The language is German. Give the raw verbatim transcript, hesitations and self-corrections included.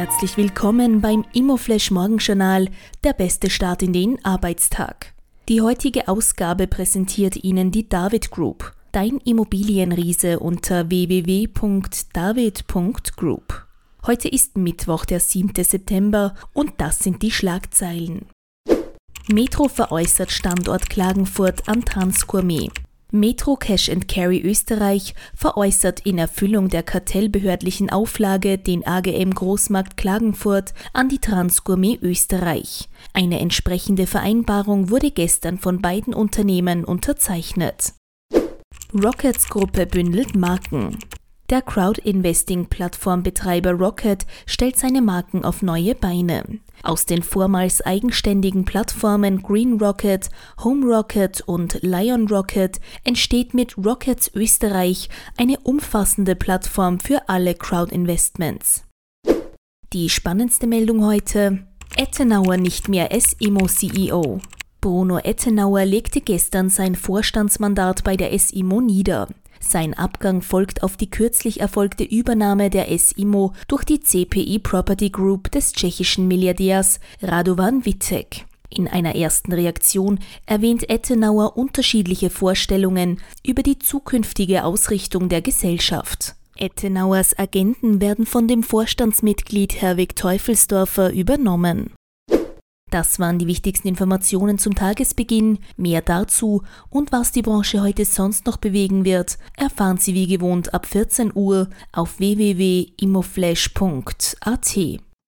Herzlich willkommen beim Immoflash Morgenjournal, der beste Start in den Arbeitstag. Die heutige Ausgabe präsentiert Ihnen die David Group, dein Immobilienriese unter w w w punkt david punkt group. Heute ist Mittwoch, der siebte September, und das sind die Schlagzeilen. Metro veräußert Standort Klagenfurt an Transgourmet. Metro Cash and Carry Österreich veräußert in Erfüllung der kartellbehördlichen Auflage den A G M Großmarkt Klagenfurt an die Transgourmet Österreich. Eine entsprechende Vereinbarung wurde gestern von beiden Unternehmen unterzeichnet. Rockets Gruppe bündelt Marken. Der Crowd-Investing-Plattformbetreiber Rocket stellt seine Marken auf neue Beine. Aus den vormals eigenständigen Plattformen Green Rocket, Home Rocket und Lion Rocket entsteht mit Rockets Österreich eine umfassende Plattform für alle Crowd-Investments. Die spannendste Meldung heute: Ettenauer nicht mehr S I M O-C E O. Bruno Ettenauer legte gestern sein Vorstandsmandat bei der S I M O nieder. Sein Abgang folgt auf die kürzlich erfolgte Übernahme der S I M O durch die C P I Property Group des tschechischen Milliardärs Radovan Vitek. In einer ersten Reaktion erwähnt Ettenauer unterschiedliche Vorstellungen über die zukünftige Ausrichtung der Gesellschaft. Ettenauers Agenten werden von dem Vorstandsmitglied Herwig Teufelsdorfer übernommen. Das waren die wichtigsten Informationen zum Tagesbeginn. Mehr dazu und was die Branche heute sonst noch bewegen wird, erfahren Sie wie gewohnt ab vierzehn Uhr auf w w w punkt immoflash punkt a t.